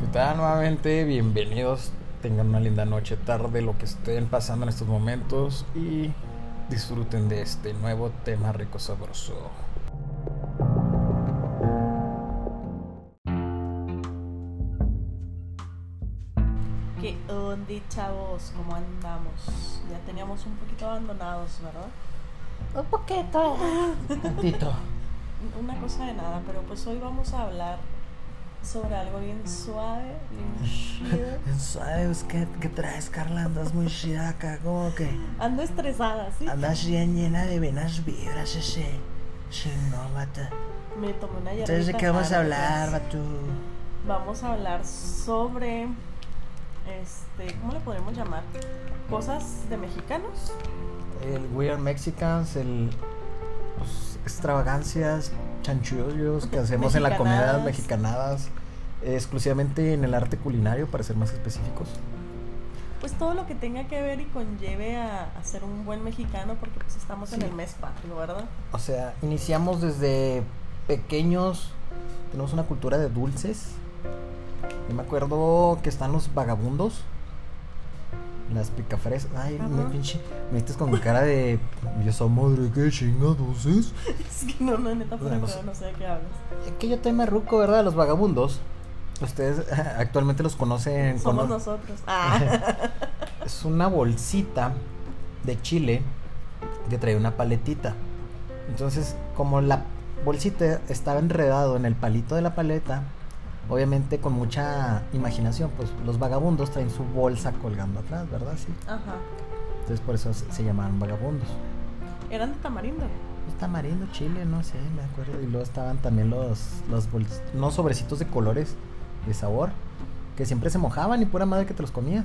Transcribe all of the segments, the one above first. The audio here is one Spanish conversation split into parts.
tal? Nuevamente, bienvenidos. Tengan una linda noche, tarde, lo que estén pasando en estos momentos y disfruten de este nuevo tema rico sabroso. ¿Qué onda, chavos? ¿Cómo andamos? Ya teníamos un poquito abandonados, ¿verdad? Un poquito, tantito. Una cosa de nada, pero pues hoy vamos a hablar sobre algo bien suave, bien chido. ¿Sabes qué traes, Carla? Andas muy chida acá, como que Ando estresada, ¿sí? andas bien llena de buenas vibras ese. Sí, no, vato. Me tomé una hierbita. Entonces, ¿de qué vamos a tarde, hablar, pues. vato? Vamos a hablar sobre, ¿cómo le podemos llamar? Cosas de mexicanos. El We Are Mexicans, pues, extravagancias, chanchullos que hacemos en la comida, mexicanadas, exclusivamente en el arte culinario, para ser más específicos. Pues todo lo que tenga que ver y conlleve a ser un buen mexicano, porque pues estamos en el mes patrio, ¿verdad? O sea, iniciamos desde pequeños, tenemos una cultura de dulces. Yo me acuerdo que están los vagabundos, las picafresas. Ay, me pinche, me viste con cara de, ¿y esa madre qué chingados es? Es que no, neta, por ejemplo, no sé de qué hablas. Es que yo te me ruco, ¿verdad? Los vagabundos. Ustedes actualmente los conocen. Somos nosotros. Es una bolsita de chile que trae una paletita. Entonces, como la bolsita estaba enredado en el palito de la paleta, obviamente con mucha imaginación, pues los vagabundos traen su bolsa colgando atrás, ¿verdad? Sí. Ajá. Entonces por eso se llamaban vagabundos. Eran de tamarindo. Tamarindo, chile, no sé, me acuerdo. Y luego estaban también unos sobrecitos de colores de sabor que siempre se mojaban y pura madre que te los comías.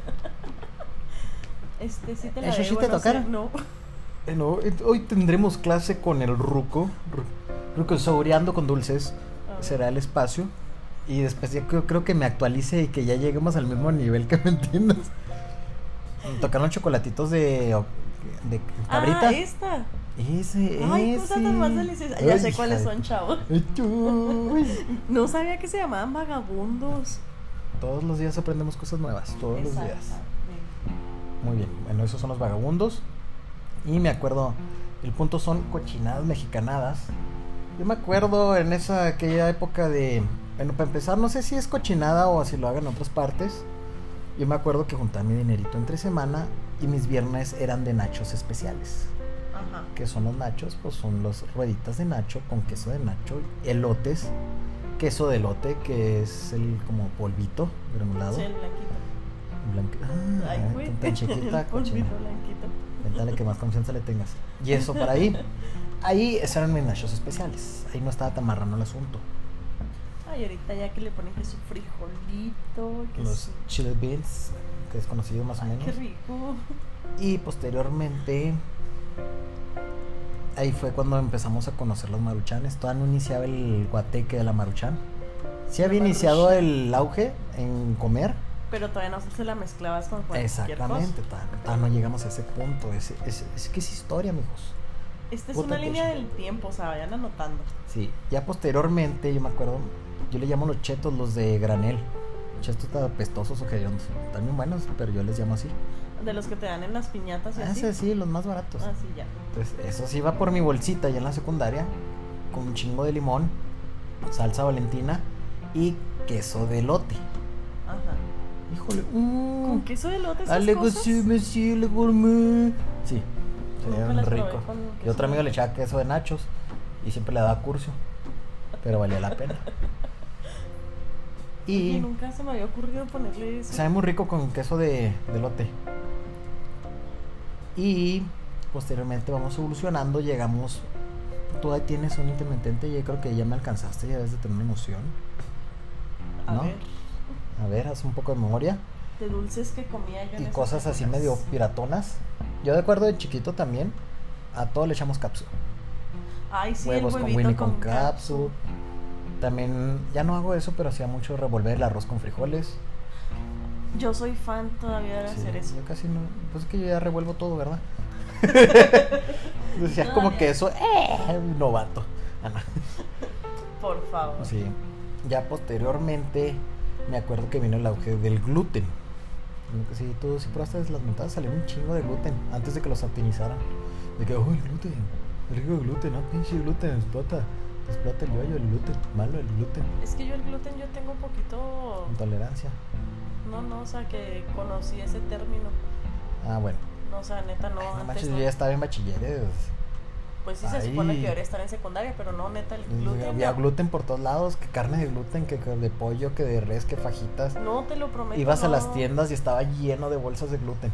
Sí te la ¿Eso sí debo, te no tocara? sé, no. No, hoy tendremos clase con el Ruco saboreando con dulces. Será el espacio. Y después ya creo que me actualice y que ya lleguemos al mismo nivel, que me entiendas. Tocaron chocolatitos de cabrita. Esta. Ese. Cosa tan más deliciosa. Ya sé cuáles son, chavos. No sabía que se llamaban vagabundos. Todos los días aprendemos cosas nuevas, todos los días. Muy bien, bueno, esos son los vagabundos. Y me acuerdo, el punto son cochinadas mexicanadas. Yo me acuerdo en aquella época de, bueno, para empezar, no sé si es cochinada o si lo hagan en otras partes. Yo me acuerdo que juntaba mi dinerito entre semana y mis viernes eran de nachos especiales. Ajá. ¿Qué son los nachos? Pues son las rueditas de nacho con queso de nacho, elotes, queso de elote, que es el como polvito granulado. Sí, el blanquito. Ay, güey. Tan chiquita, el polvito blanquito. Dale, que más confianza le tengas. Y eso por ahí. Ahí esos eran mis nachos especiales. Ahí no estaba tan marrano el asunto. Ay, ahorita ya que le ponen que su frijolito, que los chili beans, que es conocido más o menos. Qué rico. Y posteriormente, ahí fue cuando empezamos a conocer los maruchanes. Todavía no iniciaba el guateque de la maruchan. Sí había iniciado el auge en comer, pero todavía no se la mezclabas con cualquier cosa. Exactamente, todavía no llegamos a ese punto. Es que es historia, amigos. Esta es una línea del tiempo, o sea, vayan anotando. Sí, ya posteriormente, yo me acuerdo, yo le llamo los chetos, los de granel. Chetos apestosos o hediondos. También buenos, pero yo les llamo así. De los que te dan en las piñatas y así. Sí, los más baratos. Sí, ya. Entonces, eso sí va por mi bolsita ya en la secundaria, con un chingo de limón, salsa valentina y queso de elote. Ajá. Híjole, ¿con queso de elote esas algo cosas? sí, sí, le gourmet. Sí, Nunca rico. Y otro amigo le echaba queso de nachos y siempre le daba curcio, pero valía la pena. Y nunca se me había ocurrido ponerle eso. Sabe muy rico con queso de elote. Y posteriormente vamos evolucionando, llegamos. Tú ahí tienes un intermitente y yo creo que ya me alcanzaste, ya debes de tener una emoción. ¿No? A ver, haz un poco de memoria. De dulces que comía yo. Y cosas así medio piratonas. Yo de acuerdo de chiquito también, a todo le echamos capsu. Ay, sí, huevos el con Winnie con capsu. También, ya no hago eso, pero hacía mucho revolver el arroz con frijoles. Yo soy fan todavía de hacer eso. Yo casi no, pues es que yo ya revuelvo todo, ¿verdad? Decía como que eso, novato. Por favor. Sí. Ya posteriormente me acuerdo que vino el auge del gluten. Sí, tú si probaste las mentadas, salió un chingo de gluten antes de que los satinizaran. De que, oh, el gluten, el rico gluten, no, pinche gluten, explota el yoyo, el gluten, malo el gluten. Es que yo el gluten yo tengo un poquito... Intolerancia. No, o sea, que conocí ese término. Ah, bueno. No, o sea, neta, no. Ay, no antes manches, no. yo ya estaba en bachilleres. Pues sí, se supone que debería estar en secundaria, pero no, neta, el gluten. Había gluten por todos lados, que carne de gluten, que de pollo, que de res, que fajitas. No, te lo prometo. Ibas no. a las tiendas y estaba lleno de bolsas de gluten.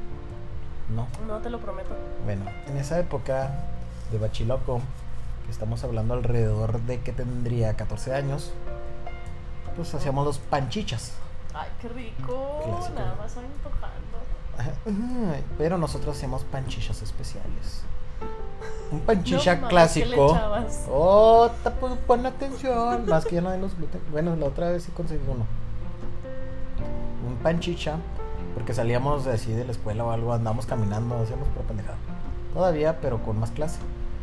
No, te lo prometo. Bueno, en esa época de bachiloco, que estamos hablando alrededor de que tendría 14 años, pues hacíamos los panchichas. Ay, qué rico. Clásico. Nada más estoy antojando. Pero nosotros hacíamos panchichas especiales. Un panchicha No, clásico. ¿qué le echabas? Oh, pues pon atención. Más que ya no hay los gluten. Bueno, la otra vez sí conseguí uno. Un panchicha, porque salíamos así de la escuela o algo, andábamos caminando, hacíamos por pendejada. Todavía, pero con más clase.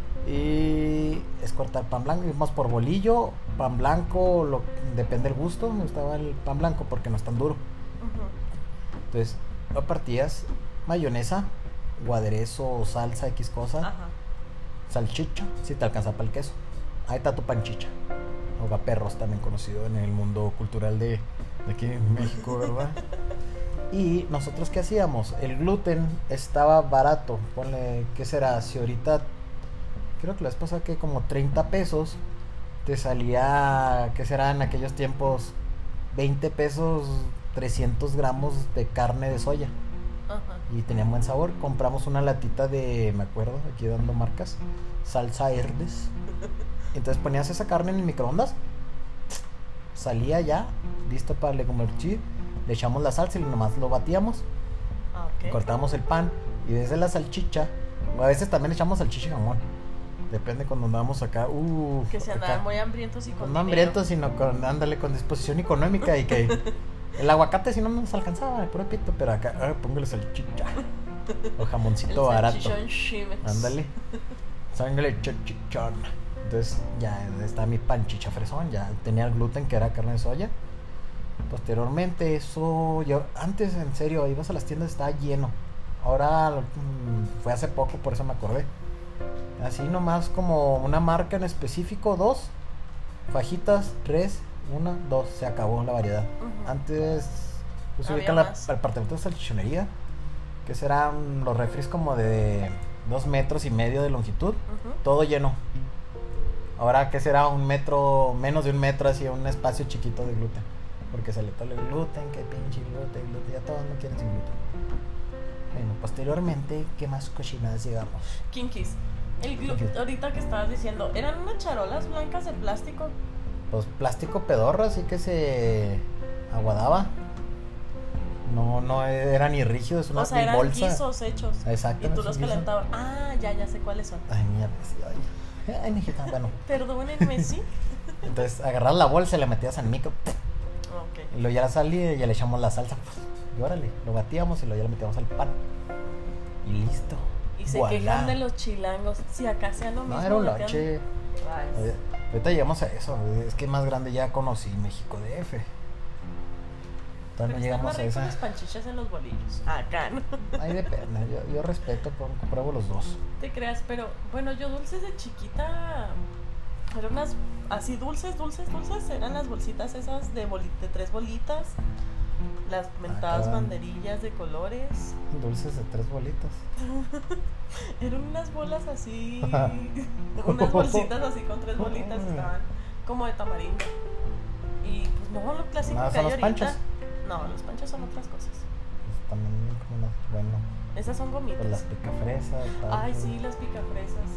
Y es cortar pan blanco, íbamos por bolillo, pan blanco, depende del gusto. Me gustaba el pan blanco porque no es tan duro. Entonces, lo partías, mayonesa, o aderezo, salsa, X cosa. Ajá. Salchicha, si te alcanza para el queso. Ahí está tu panchicha. Ahogaperros, también conocido en el mundo cultural de aquí en México, ¿verdad? Y nosotros, ¿qué hacíamos? El gluten estaba barato. Ponle, ¿qué será? Si ahorita, creo que la vez pasada que como 30 pesos, te salía, ¿qué será en aquellos tiempos? 20 pesos, 300 gramos de carne de soya. Ajá. Y tenía buen sabor. Compramos una latita de, me acuerdo, aquí dando marcas, salsa Herdes. Entonces ponías esa carne en el microondas, salía ya, listo para le convertir. Le echamos la salsa y nomás lo batíamos. Okay. Cortábamos el pan y desde la salchicha, o a veces también le echamos salchicha y jamón. Depende cuando andamos acá. Que se andaban muy hambrientos y con no hambrientos, sino ándale con disposición económica y que el aguacate si no nos alcanzaba, el puro pito, pero acá, póngale salchicha o jamoncito barato. Ándale, sángale chichón. Entonces ya está mi panchicha fresón, ya tenía el gluten que era carne de soya. Posteriormente eso, yo antes en serio ibas a las tiendas, estaba lleno. Ahora fue hace poco, por eso me acordé. Así nomás como una marca en específico, 2 fajitas, 3, 1, 2, se acabó la variedad. Antes pues ubican el departamento de salchichonería, que serán los refris como de 2 metros y medio de longitud, todo lleno. Ahora que será un metro, menos de un metro, así un espacio chiquito de gluten, porque se le tole el gluten, que pinche gluten, ya todos no quieren sin gluten. Bueno, posteriormente, ¿qué más cochinadas llegamos? Kinkis. El gluten, ahorita que estabas diciendo, ¿eran unas charolas blancas de plástico? Pues plástico pedorro, así que se aguadaba. No era ni rígido, es una o sea, eran bolsa. guisos hechos. Exacto. Y tú los calentabas. Ah, ya sé cuáles son. Ay, mierda, sí, ay, mijita, bueno. Perdónenme, ¿sí? Entonces agarras la bolsa y le metías al micro. Okay. Y luego ya la salía y ya le echamos la salsa. Y órale, lo batíamos y luego ya le metíamos al pan. Y listo. Y se quejan de los chilangos. Si acá sea lo mismo. No, era un lonche. Ahorita llegamos a eso. Es que más grande ya conocí México DF. Todavía no llegamos a esa. Las panchichas en los bolillos. Acá, ¿no? Ahí depende. Yo respeto, pruebo los dos. Te creas, pero bueno, yo dulces de chiquita. Eran unas así dulces. Eran las bolsitas esas de 3 bolitas. Las mentadas banderillas de colores. Dulces de 3 bolitas. Eran unas bolas así. Unas bolsitas así con 3 bolitas. Estaban como de tamarindo. Y pues no, lo clásico que hay ahorita. Panchos. No, los panchos son otras cosas. Pues también como unas, bueno. Esas son gomitas. Pues las picafresas. Ay, sí, las picafresas.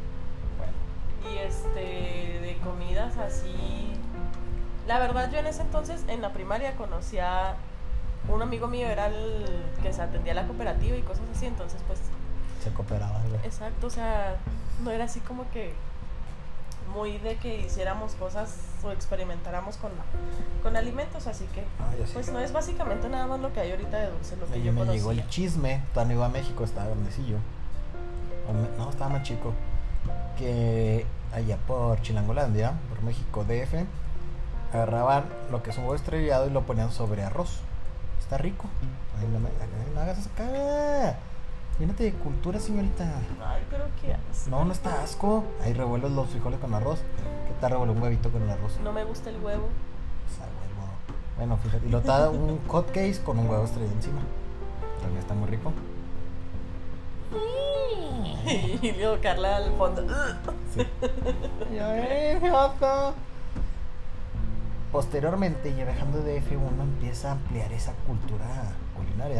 Bueno. Y de comidas así. La verdad, yo en ese entonces, en la primaria, conocía un amigo mío, era el que se atendía a la cooperativa y cosas así, entonces pues... Se cooperaba, güey. Exacto, o sea, no era así como que muy de que hiciéramos cosas o experimentáramos con alimentos, así que pues no es básicamente nada más lo que hay ahorita de dulce, lo que yo conocía. Me llegó el chisme, cuando iba a México, estaba grandecillo, no, estaba más chico, que allá por Chilangolandia, por México DF, agarraban lo que es un huevo estrellado y lo ponían sobre arroz. Está rico. Ay, no hagas acá. Llénate de cultura, señorita. Ay, pero qué asco. No está asco. Ahí revuelves los frijoles con arroz. ¿Qué tal revuelve un huevito con el arroz? No me gusta el huevo. Bueno, fíjate. Y lo da un hot case con un huevo estrellado encima. También está muy rico. Y luego Carla al fondo. Sí. Posteriormente, ya viajando de DF, uno empieza a ampliar esa cultura culinaria.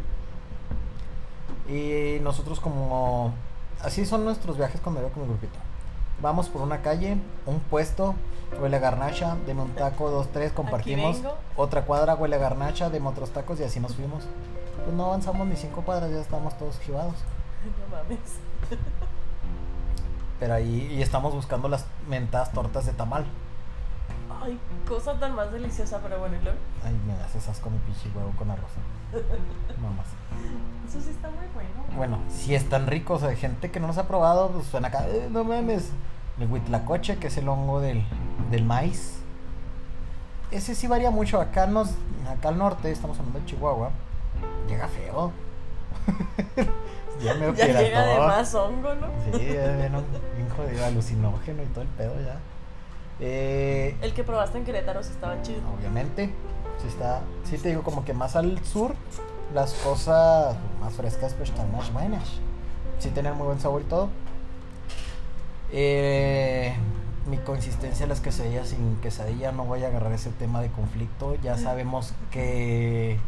Y nosotros como... Así son nuestros viajes cuando voy con mi grupito. Vamos por una calle, un puesto, huele a garnacha, deme un taco, 2, 3, compartimos. Otra cuadra, huele a garnacha, deme otros tacos y así nos fuimos. Pues no avanzamos ni 5 cuadras, ya estamos todos jibados. No mames. Pero ahí y estamos buscando las mentadas tortas de tamal. Ay, cosa tan más deliciosa, pero bueno, ¿y luego? Ay, me haces asco mi pinche huevo con arroz. Mamás. Eso sí está muy bueno. Bueno, si están ricos, hay gente que no los ha probado, pues suena acá, no mames. El huitlacoche, que es el hongo del maíz. Ese sí varía mucho. Acá al norte, estamos hablando de Chihuahua, llega feo. Ya llega de más hongo, ¿no? Sí, ya viene un jodido alucinógeno y todo el pedo ya. El que probaste en Querétaro sí estaba chido. Obviamente, sí te digo, como que más al sur, las cosas más frescas pues están más buenas. Sí tienen muy buen sabor y todo. Mi consistencia en las quesadillas, sin quesadilla no voy a agarrar ese tema de conflicto. Ya sabemos que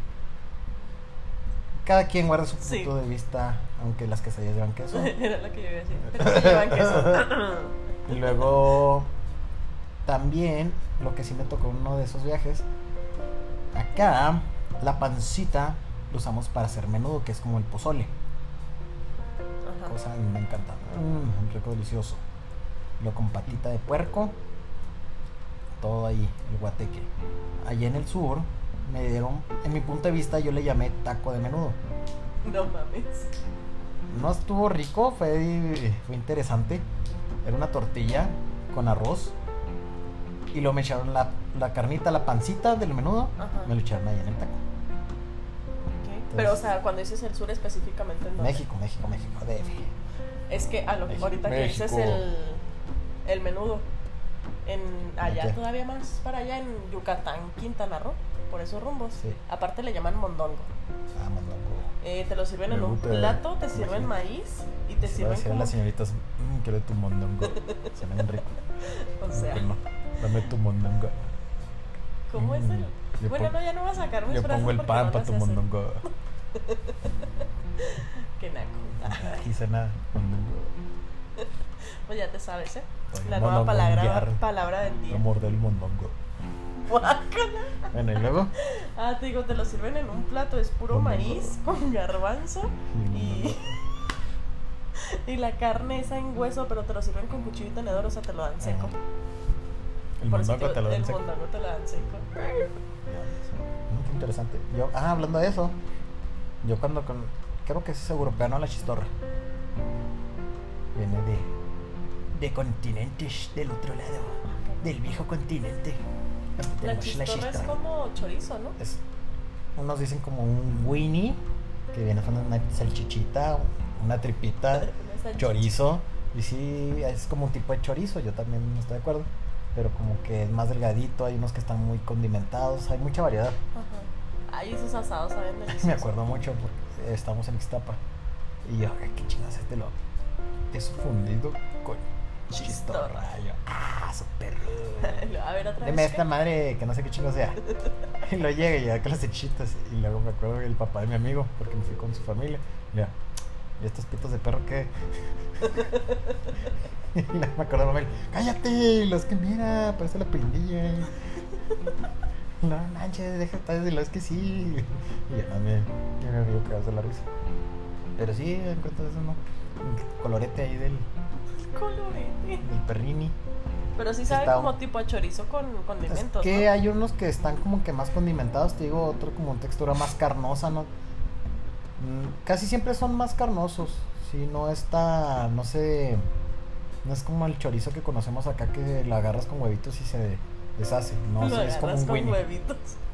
cada quien guarda su punto de vista, aunque las quesadillas llevan queso. Era lo que yo iba a decir, pero sí llevan queso. Y luego también, lo que sí me tocó en uno de esos viajes, acá la pancita lo usamos para hacer menudo, que es como el pozole. Ajá. Cosa a mí me encanta, un rico, delicioso. Lo con patita de puerco, todo ahí, el guateque. Allá en el sur me dieron, en mi punto de vista, yo le llamé taco de menudo. No mames. No estuvo rico, fue interesante. Era una tortilla con arroz y luego me echaron la carnita, la pancita del menudo. Ajá. Me lo echaron ahí en el taco. Entonces, pero, o sea, cuando dices el sur específicamente, ¿en dónde? México, DF. Es que a lo que ahorita que dices el menudo, allá okay. Todavía más para allá en Yucatán, Quintana Roo, por esos rumbos. Sí. Aparte le llaman mondongo. Mondongo. Te lo sirven en un plato, te sirven maíz y te sirven como... las señoritas, quiero tu mondongo. Se me ven rico. O sea, no, dame tu mondongo. ¿Cómo es el? Bueno, no, ya no voy a sacar mis frases. Yo pongo el pan para tu mondongo. Qué naco. Aquí cena mondongo. Pues ya te sabes, ¿eh? Oye, la nueva palabra del día. Amor del mondongo. Guácala. Bueno, ¿y luego? Te digo, te lo sirven en un plato, es puro maíz con garbanzo y la carne esa en hueso, pero te lo sirven con cuchillo y tenedor, o sea, te lo dan seco. El mondongo te lo dan seco. El mondongo te lo dan seco. Qué interesante. Hablando de eso, yo creo que es europeano la chistorra. Viene de continentes del otro lado, del viejo continente. La chistorra es como chorizo, ¿no? Unos dicen como un winnie, que viene con una salchichita, una tripita, chorizo. Y sí, es como un tipo de chorizo, yo también no estoy de acuerdo. Pero como que es más delgadito, hay unos que están muy condimentados, hay mucha variedad. Ajá. Ay, esos asados saben deliciosos. Me acuerdo mucho porque estamos en Ixtapa. Y yo, qué chingas es fundido con chistorra. Súper. A ver, otra vez. Deme esta madre que no sé qué chingo sea. Y luego llega y ya con las hechitas. Y luego me acuerdo el papá de mi amigo, porque me fui con su familia. ¿Y estos pitos de perro qué? Y luego me acuerdo de mamá, cállate, los que mira, parece la prendilla. No manches, déjate decirlo, es que sí. Y ya me río que hace la risa. Pero sí, encuentras eso, ¿no? El colorete ahí del perrini. Pero sí sabe como tipo a chorizo con condimentos, es que ¿no? hay unos que están como que más condimentados, te digo, otro como textura más carnosa, ¿no? Casi siempre son más carnosos. Sí, no está, no es como el chorizo que conocemos acá, que la agarras con huevitos y se deshace. No sé, es como un con Winnie. Huevitos.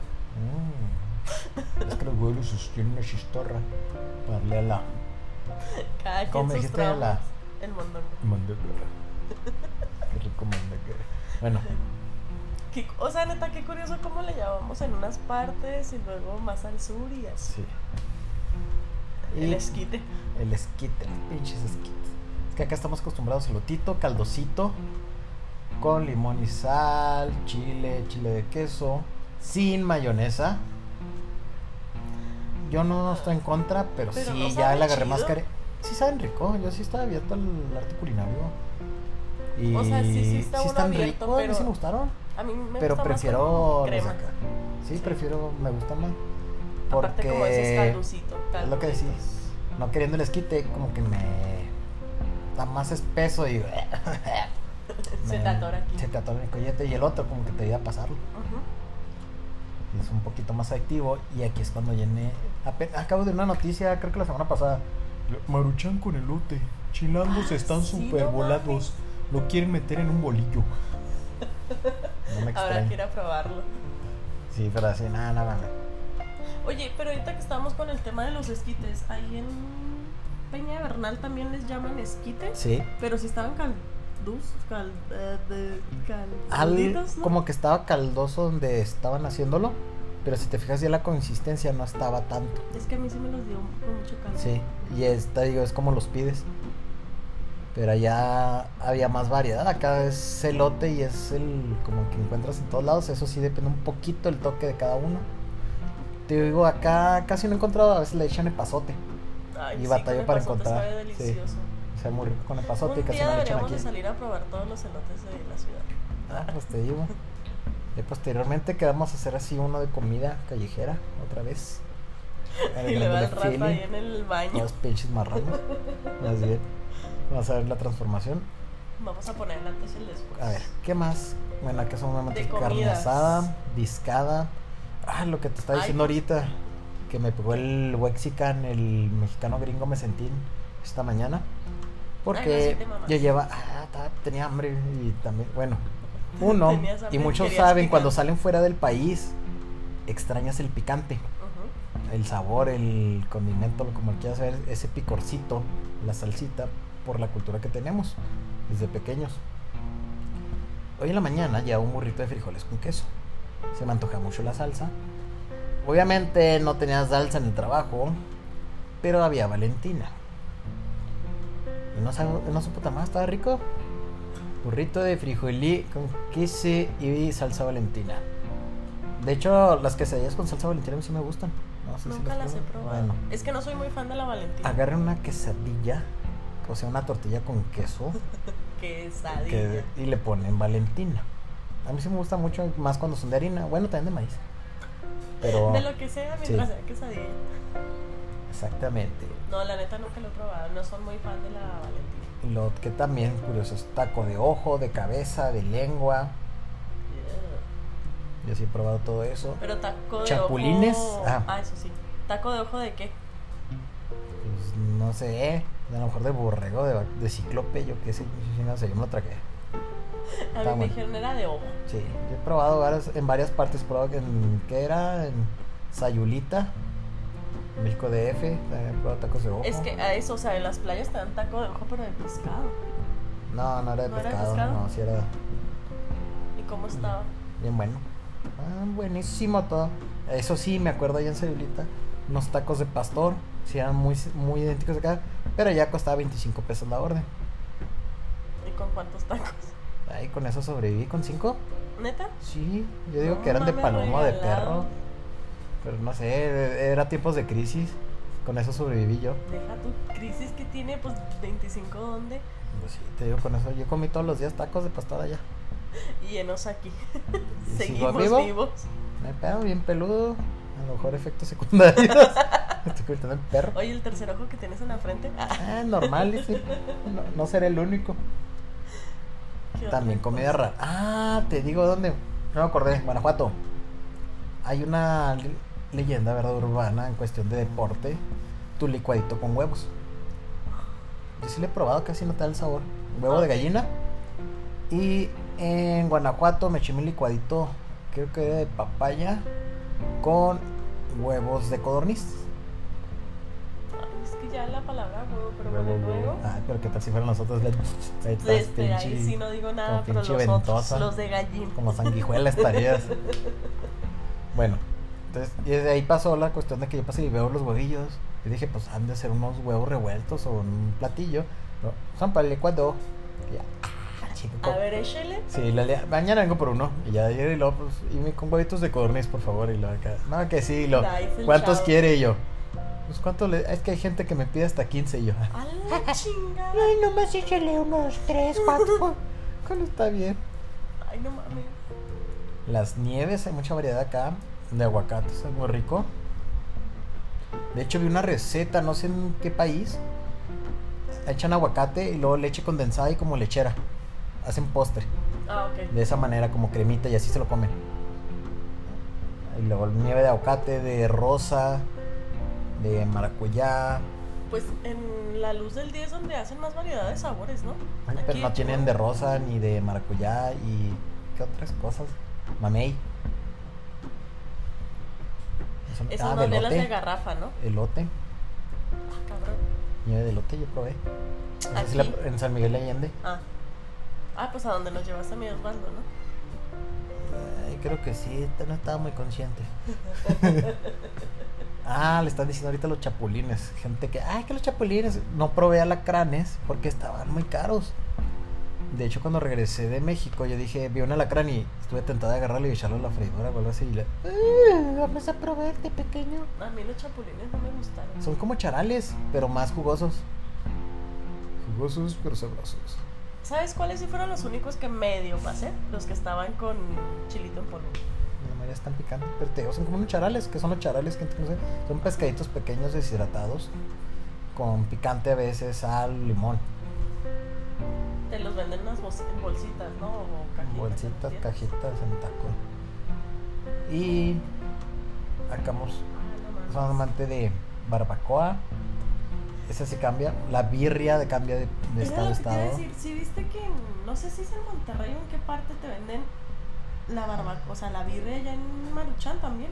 Es que los huevos sostienen una chistorra para darle a la. Cada ¿Cómo me quien sus dijiste a la? El mondongo. Mondongo. Qué rico mondongo. Bueno. O sea, neta, qué curioso cómo le llamamos en unas partes y luego más al sur y así. Sí. El esquite. El esquite, los pinches esquites. Es que acá estamos acostumbrados a elotito, caldosito, con limón y sal, chile de queso, sin mayonesa. Yo no estoy en contra, pero sí, no ya le agarré chido. más cariño. Sí saben rico, yo sí estaba abierto al arte culinario. Y o sea, sí está sí uno están abierto, ricos, pero sí me gustaron. a mí me Pero gusta prefiero más con los crema. de acá. Sí, prefiero, me gusta más. Aparte como ese calducito. Es lo que decís. No queriendo el esquite, como que me da más espeso y se te atora aquí. Se te atora el collete y el otro como que te ayuda a pasarlo. Y es un poquito más adictivo y aquí es cuando llené. Acabo de una noticia, creo que la semana pasada. Maruchan con elote. Chilangos están súper volados. Lo quieren meter en un bolillo. No me extraña. Habrá que ir a probarlo. Sí, pero así, nada. Oye, pero ahorita que estamos con el tema de los esquites, ahí en Peña de Bernal también les llaman esquites. Sí. Pero si estaban calditos, ¿no? Como que estaba caldoso donde estaban haciéndolo. Pero si te fijas ya la consistencia no estaba tanto. Es que a mí sí me los dio con mucho caldo. Sí, y es como los pides. Pero allá había más variedad. Acá es elote y es el como que encuentras en todos lados. Eso sí depende un poquito el toque de cada uno. Te digo, acá casi no he encontrado. A veces le echan epazote. Ay, y sí, batallo para encontrar. Sabe delicioso. Sí, sabe muy rico con epazote. Un casi día no le echan deberíamos aquí. de salir a probar todos los elotes de la ciudad. Pues te digo. Y posteriormente quedamos a hacer así uno de comida callejera otra vez. Y le va el Rafa ahí en el baño. Todos pinches marranos. Así es. Vamos a ver la transformación. Vamos a poner el antes y el después. A ver, ¿qué más? Bueno, acá son de carne asada, discada. Lo que te estaba diciendo ahorita, que me pegó el Wexican, el mexicano gringo me sentí esta mañana. Porque tenía hambre y también, bueno, uno, y muchos saben, picante. Cuando salen fuera del país, extrañas el picante. El sabor, el condimento, como quieras ver, ese picorcito, la salsita, por la cultura que tenemos desde pequeños. Hoy en la mañana ya un burrito de frijoles con queso. Se me antoja mucho la salsa. Obviamente no tenía salsa en el trabajo, pero había Valentina. Y no supo tan más, estaba rico. Burrito de frijolí con queso y salsa Valentina. De hecho, las quesadillas con salsa Valentina a mí sí me gustan. No sé Nunca si las he probado. Bueno, es que no soy muy fan de la Valentina. Agarren una quesadilla, o sea, una tortilla con queso. Quesadilla. Y le ponen Valentina. A mí sí me gusta mucho, más cuando son de harina. Bueno, también de maíz. Pero de lo que sea, mientras sea quesadilla. Exactamente. No, la neta nunca lo he probado. No soy muy fan de la Valentina. Y lo que también curioso es taco de ojo, de cabeza, de lengua. Yo sí he probado todo eso. Pero taco de chapulines. Ojo. Eso sí. ¿Taco de ojo de qué? Pues no sé. A lo mejor de borrego, de cíclope, yo qué sé. No sé, yo me lo tragué. A mí me dijeron era de ojo. Sí, yo he probado en varias partes. ¿Qué era? En Sayulita, México DF. He probado tacos de ojo. Es que a eso, o sea, en las playas te dan taco de ojo, pero de pescado. No era de pescado. No, sí era. ¿Y cómo estaba? Bien bueno. Buenísimo todo. Eso sí, me acuerdo allá en Sayulita, unos tacos de pastor. Sí, eran muy, muy idénticos acá, pero ya costaba 25 pesos la orden. ¿Y con cuántos tacos? Ay, con eso sobreviví, ¿con 5? ¿Neta? Sí, yo digo que eran de paloma o de perro. Pero no sé, era tiempos de crisis. Con eso sobreviví yo. Deja tu crisis que tiene, pues 25, ¿dónde? Pues sí, te digo, con eso yo comí todos los días tacos de pastor allá. Y enos aquí. Seguimos vivos. Me pego bien peludo. A lo mejor efectos secundarios. Me estoy convirtiendo en perro. Oye, el tercer ojo que tienes en la frente. Normal, sí. No seré el único. También comida rara. Te digo dónde. No me acordé, Guanajuato. Hay una leyenda, ¿verdad? Urbana en cuestión de deporte. Tu licuadito con huevos. Yo sí lo he probado, casi no te da el sabor. Huevo de gallina y En Guanajuato me eché mi licuadito, creo que era de papaya, con huevos de codorniz. Es que ya la palabra huevo, pero luego. Ay, pero qué tal si fueran nosotros ahí sí no digo nada, pero los ventosa, otros, los de gallín. Como sanguijuela estarías. Bueno, entonces, y desde ahí pasó la cuestión de que yo pasé y veo los huevillos. Y dije, pues han de ser unos huevos revueltos o un platillo. No, son para el licuado. A ver, échale. Sí, mañana vengo por uno. Y ya y luego, pues, y con huevitos de codorniz, por favor. Y lo acá. No, que sí, ¿cuántos quiere? Y yo, pues cuánto es que hay gente que me pide hasta 15 y yo. A la chingada. Ay, nomás échale unos 3, 4. ¿Cuál está bien? Ay, no mames. Las nieves, hay mucha variedad acá. De aguacate, es muy rico. De hecho, vi una receta, no sé en qué país. Echan aguacate y luego leche condensada y como lechera. Hacen postre. Ah, ok. De esa manera, como cremita, y así se lo comen. Y luego nieve de aguacate, de rosa, de maracuyá. Pues en la luz del día es donde hacen más variedad de sabores, ¿no? Ay, pero no tienen de rosa ni de maracuyá y... ¿qué otras cosas? Mamey. Esas son las de garrafa, ¿no? Elote. Ah, cabrón. Nieve de elote yo probé. En San Miguel de Allende. Pues a donde nos llevaste a mi Osvaldo, ¿no? Ay, creo que sí, no estaba muy consciente. Le están diciendo ahorita los chapulines. Gente que los chapulines. No probé alacranes porque estaban muy caros. De hecho, cuando regresé de México, yo dije, vi un alacrán y estuve tentada de agarrarlo y echarlo a la freidora o algo así. Vamos a probarte, pequeño. A mí los chapulines no me gustaron. Son como charales, pero más jugosos. Jugosos, pero sabrosos. ¿Sabes cuáles sí fueron los únicos que medio pasé? Los que estaban con chilito en polvo. La mayoría están picantes, pero te digo, son como unos charales. ¿Qué son los charales? No sé. Son pescaditos pequeños deshidratados con picante a veces, sal, limón. Te los venden en unas bolsitas, ¿no? O cajitas. Bolsitas, cajitas en taco. Y sacamos son amante de barbacoa. Esa se cambia. La birria cambia de estado a estado. Decir, si viste que no sé si es en Monterrey o en qué parte te venden la barbacoa, o sea, la birria allá en Maruchan también.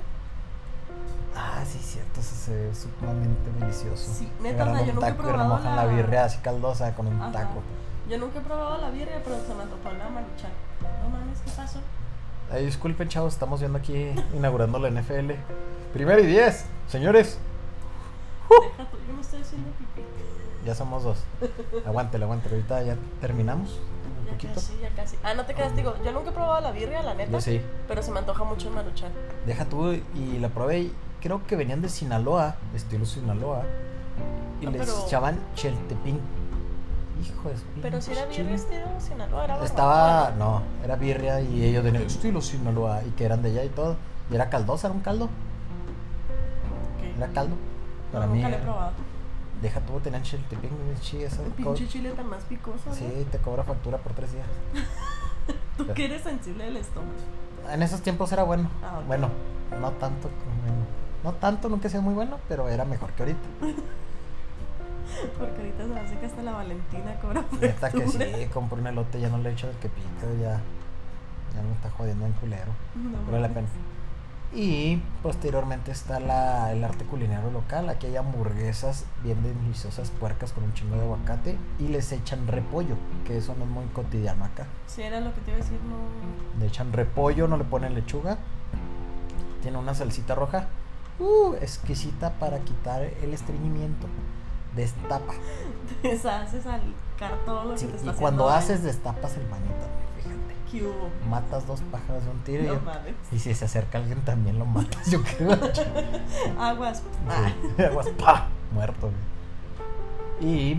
Sí, cierto, eso se ve sumamente delicioso. Sí, neta, yo nunca he probado y remojan la birria así caldosa con un taco. Yo nunca he probado la birria, pero se me antojó la Maruchan. No mames, ¿qué pasó? Ay, disculpen, chavos, estamos viendo aquí inaugurando la NFL. 1:10, señores. Deja tú, yo me estoy haciendo pipí. Ya somos 2. Aguántelo, ahorita ya terminamos un poquito. Ya casi. No te quedas, digo, yo nunca he probado la birria, la neta. Yo sí. Pero se me antoja mucho en Maruchan. Deja tú, y la probé y creo que venían de Sinaloa, estilo Sinaloa. Y les echaban cheltepín. Hijo de... Pero si era birria estilo Sinaloa, era barbacoa. No, era birria y ellos tenían estilo Sinaloa y que eran de allá y todo. Y era caldosa, era un caldo. Okay. Era caldo. Para nunca mí. Lo he probado. Deja tú, tenían chiltepín, pinche chile tan más picoso. Sí, ¿no? Te cobra factura por 3 días. Tú que eres sensible del estómago. En esos tiempos era bueno. Okay. Bueno, no tanto. No tanto, nunca he sido muy bueno, pero era mejor que ahorita. Porque ahorita se me hace que hasta la Valentina cobra factura. Neta que sí, compré un elote, ya no le echo del que pica, ya me está jodiendo en culero. No, vale la pena. Y posteriormente está el arte culinario local. Aquí hay hamburguesas bien deliciosas, puercas con un chingo de aguacate y les echan repollo, que eso no es muy cotidiano acá. Sí, era lo que te iba a decir, no. Le echan repollo, no le ponen lechuga. Tiene una salsita roja, exquisita para quitar el estreñimiento. Destapa. Deshaces al cartón lo que te está haciendo. Y cuando haces, destapas el manito. ¿Qué hubo? Matas 2 pájaros de un tiro. No, y si se acerca alguien también lo matas. Yo creo. Aguas. Sí, aguas. ¡Pah! Muerto. Y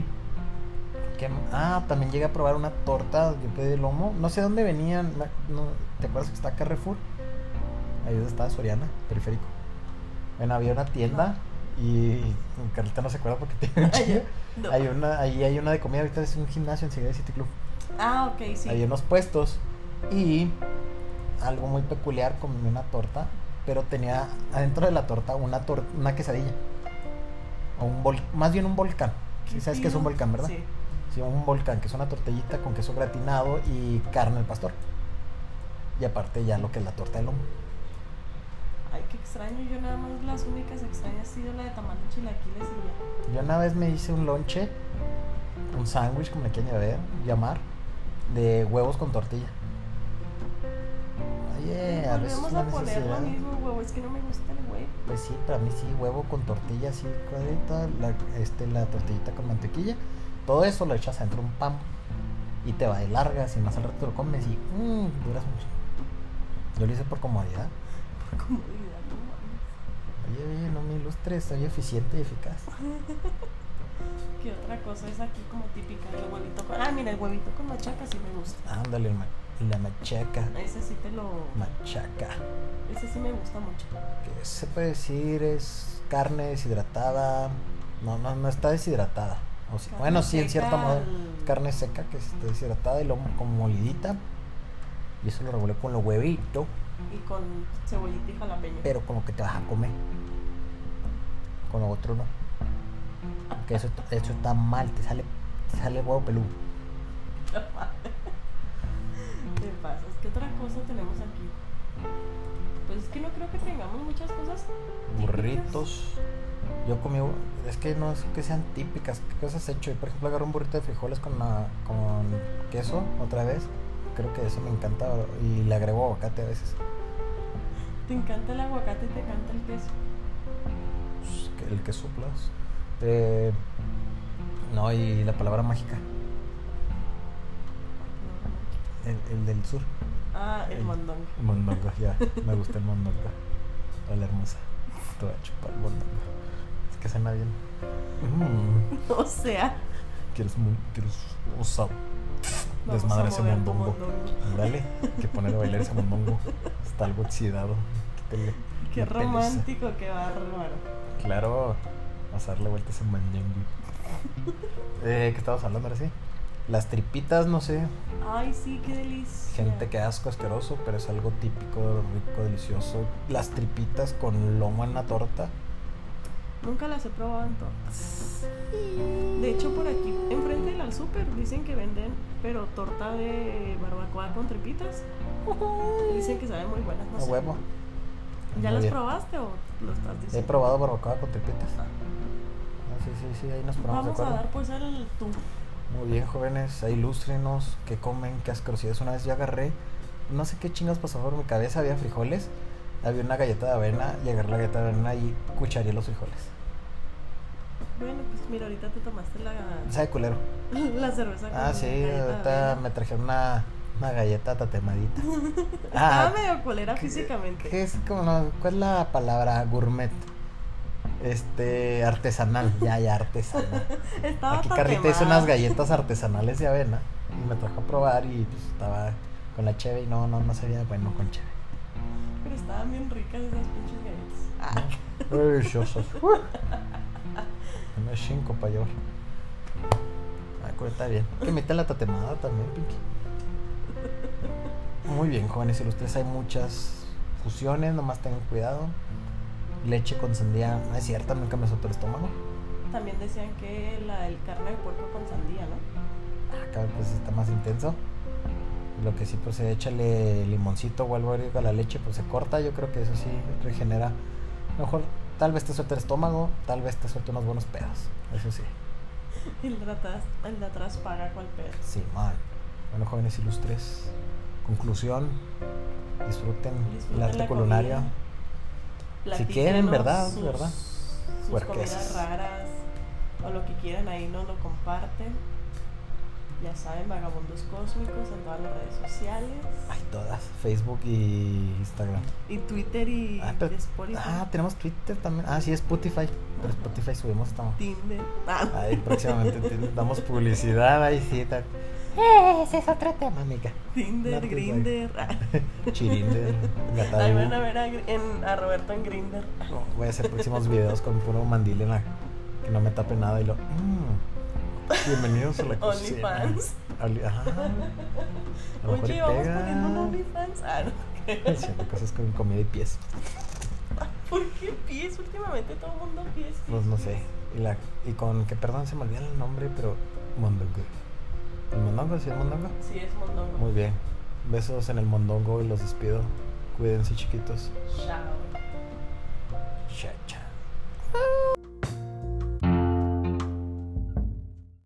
también llegué a probar una torta de lomo. No sé dónde venían. ¿Te acuerdas que está Carrefour? Ahí donde estaba Soriana, periférico. Bueno, había una tienda. Y Carlita no se acuerda porque tiene un chingo. No. Ahí hay una de comida. Ahorita es un gimnasio enseguida de City Club. Ok, sí. Hay unos puestos. Y algo muy peculiar, comí una torta, pero tenía adentro de la torta una quesadilla. O más bien un volcán. ¿Sí? ¿Sabes qué es un volcán, verdad? Sí. Sí, un volcán, que es una tortillita con queso gratinado y carne al pastor. Y aparte ya lo que es la torta de lomo. Ay, qué extraño. Yo nada más las únicas extrañas ha sido la de tamal de chilaquiles y ya. Yo una vez me hice un lonche, un sándwich, como le quieran llamar, de huevos con tortilla. Oye, a veces volvemos a poner lo mismo, huevo. Es que no me gusta el huevo. Pues sí, para mí sí, huevo con tortilla así, cuadrita, la tortillita con mantequilla. Todo eso lo echas dentro de un pan y te va de largas y más al rato te lo comes y duras mucho. Yo lo hice por comodidad. Por comodidad, no mames. Oye, no me ilustres, soy eficiente y eficaz. ¿Qué otra cosa es aquí como típica? El huevito con... mira, el huevito con machaca sí me gusta. Ándale, la machaca. Ese sí te lo... Machaca. Ese sí me gusta mucho. ¿Qué se puede decir? Es carne deshidratada. No está deshidratada. O sí. Bueno, sí, en cierto modo. Carne seca que está deshidratada y luego como molidita. Y eso lo revolé con los huevitos. Y con cebollita y jalapeño. Pero con lo que te vas a comer. Con lo otro no. Porque eso está mal, te sale huevo peludo. ¿Qué pasa? ¿Qué otra cosa tenemos aquí? Pues es que no creo que tengamos muchas cosas típicas. Burritos. Yo comí, es que no es que sean típicas. ¿Qué cosas he hecho? Yo, por ejemplo, agarro un burrito de frijoles con queso otra vez. Creo que eso me encanta. Y le agrego aguacate a veces. ¿Te encanta el aguacate y te encanta el queso? Pues, el queso plus. No, y la palabra mágica. El del sur. El mondongo. El mondongo, ya. Me gusta el mondongo. Hola, hermosa. Te voy a chupar el mondongo. Es que suena bien. O sea. ¿Quieres usar? Desmadre ese mondongo. Dale, que poner a bailar ese mondongo. Está algo oxidado. Quítale. Qué romántico, qué bárbaro. Claro. Vas a darle vuelta a ese mondongo. ¿Qué estabas hablando ahora sí? Las tripitas, no sé. Ay, sí, qué delicia. Gente que asco asqueroso, pero es algo típico, rico, delicioso. Las tripitas con lomo en la torta. Nunca las he probado en tortas. De hecho, por aquí, enfrente del súper, dicen que venden, pero torta de barbacoa con tripitas. Dicen que sabe muy buenas, no sé. Huevo. ¿Ya las probaste o lo estás diciendo? He probado barbacoa con tripitas. Sí, ahí nos ponemos de acuerdo. Vamos a dar pues el tour. Muy bien, jóvenes, ahí ilústrenos, qué comen, qué asquerosidades. Una vez yo agarré, no sé qué chingas pasó por mi cabeza, había frijoles, había una galleta de avena y agarré la galleta de avena y cucharé los frijoles. Bueno, pues mira, ahorita te tomaste ¿Sabe culero? La cerveza con sí, ahorita me trajeron una galleta tatemadita. Estaba medio culera físicamente. ¿Qué es como, cuál es la palabra? Gourmet. Artesanal, ya artesanal. Aquí Carlita hizo unas galletas artesanales de avena y me trajo a probar y pues estaba con la cheve y no sabía bueno con cheve. Pero estaban bien ricas esas pinches galletas. Deliciosas. No es 5 para llevar. Está bien. Que mete la tatemada también, Pinky. Muy bien, jóvenes ilustres, hay muchas fusiones, nomás tengan cuidado. Leche con sandía, no es cierto, nunca me soltó el estómago. También decían que el carne de puerco con sandía, ¿no? Acá pues está más intenso. Lo que sí, pues échale limoncito o algo a la leche, pues se corta. Yo creo que eso sí regenera. A lo mejor tal vez te suelte el estómago, tal vez te suelte unos buenos pedos. Eso sí. El de atrás paga cual pedo. Sí, mal. Bueno, jóvenes ilustres, conclusión, disfruten el arte culinario. Si quieren, ¿verdad? Sus Porque comidas raras o lo que quieran, ahí nos lo comparten. Ya saben, Vagabundos Cósmicos en todas las redes sociales. Ay, todas. Facebook y Instagram. Y Twitter y Spotify. Tenemos Twitter también. Sí, Spotify. Pero Spotify subimos Tinder. Ahí próximamente damos publicidad. Ahí sí. Ese es otro tema, amiga. Tinder, Grindr. Chirinder, Gatadú. Ahí van a ver a Roberto en Grindr. Voy a hacer próximos videos con puro mandil que no me tape nada y lo... Bienvenidos a la cocina. OnlyFans. Oye, vamos poniendo un OnlyFans. No. Haciendo cosas con comida y pies. ¿Por qué pies? Últimamente todo el mundo pies. Pues no sé. Y con que, perdón, se me olvida el nombre, pero mondongo. ¿El mondongo? ¿Sí es mondongo? Sí, es mondongo. Muy bien. Besos en el mondongo y los despido. Cuídense, chiquitos. Chao. Chao.